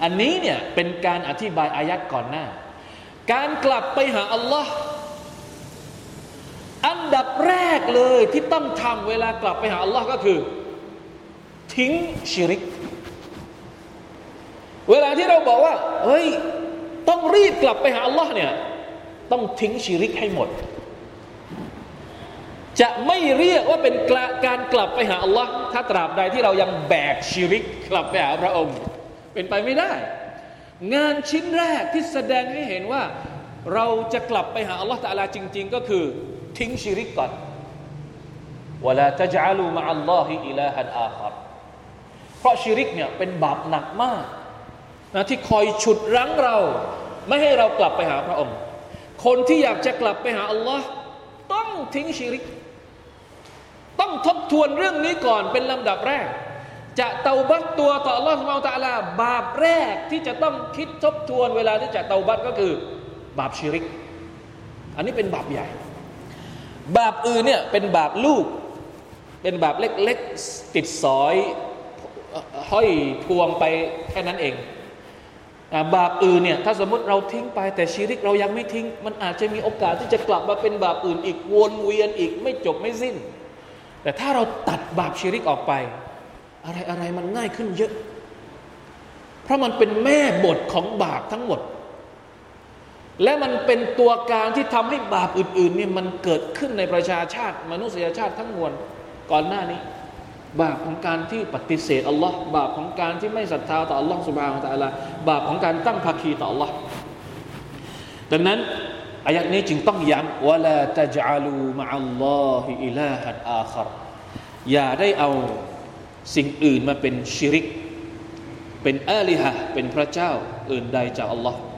อันนี้เนี่ยเป็นการอธิบายอายัดก่อนหน้าการกลับไปหาอัลลอฮ์อันดับแรกเลยที่ต้องทำเวลากลับไปหาอัลลอฮ์ก็คือทิ้งชิริกเวลาที่เราบอกว่าเฮ้ยต้องรีบกลับไปหาอัลลอฮ์เนี่ยต้องทิ้งชิริกให้หมดจะไม่เรียกว่าเป็นการกลับไปหาอัลลอฮ์ถ้าตราบใดที่เรายังแบกชิริกกลับไปหาพระองค์เป็นไปไม่ได้งานชิ้นแรกที่แสดงให้เห็นว่าเราจะกลับไปหาอัลลอฮ์ตะอาลาจริงๆก็คือทิ้งชิริกก่อนวะลาตัจอะลูมะอัลลอฮิอิลาฮันอาคัรเพราะชิริกเนี่ยเป็นบาปหนักมากนะที่คอยฉุดรั้งเราไม่ให้เรากลับไปหาพระองค์คนที่อยากจะกลับไปหาอัลลอฮ์ต้องทิ้งชิริกต้องทบทวนเรื่องนี้ก่อนเป็นลำดับแรกจะเตาบัตตัวต่ออัลลอฮ์ซุบฮานะฮูวะตะอาลาบาปแรกที่จะต้องคิดทบทวนเวลาที่จะเตาบัตก็คือบาปชิริกอันนี้เป็นบาปใหญ่บาปอื่นเนี่ยเป็นบาปลูกเป็นบาปเล็กๆติดสอยห้อยพวงไปแค่นั้นเองบาปอื่นเนี่ยถ้าสมมติเราทิ้งไปแต่ชิริกเรายังไม่ทิ้งมันอาจจะมีโอกาสที่จะกลับมาเป็นบาปอื่นอีกวนเวียนอีกไม่จบไม่สิ้นแต่ถ้าเราตัดบาปชิริกออกไปอะไรมันง่ายขึ้นเยอะเพราะมันเป็นแม่บทของบาปทั้งหมดและมันเป็นตัวการที่ทำให้บาปอื่นๆเนี่ยมันเกิดขึ้นในประชาชาติมนุษยชาติทั้งมวลก่อนหน้านี้บาปของการที่ปฏิเสธอัลลอฮ์บาปของการที่ไม่ศรัทธาต่ออัลลอฮ์ซุบฮานะฮูวะตะอาลาบาปของการตั้งภาคีต่ออัลลอฮ์ดังนั้นอายัดนี้จึงต้องย้ำวะลาตัจอะลูมะอัลลอฮิอิลาฮันอาคัรอย่าได้เอาสิ่งอื่นมาเป็นชิริกเป็นอาลิฮะห์เป็นพระเจ้าอื่นใดจากอัลลอฮ์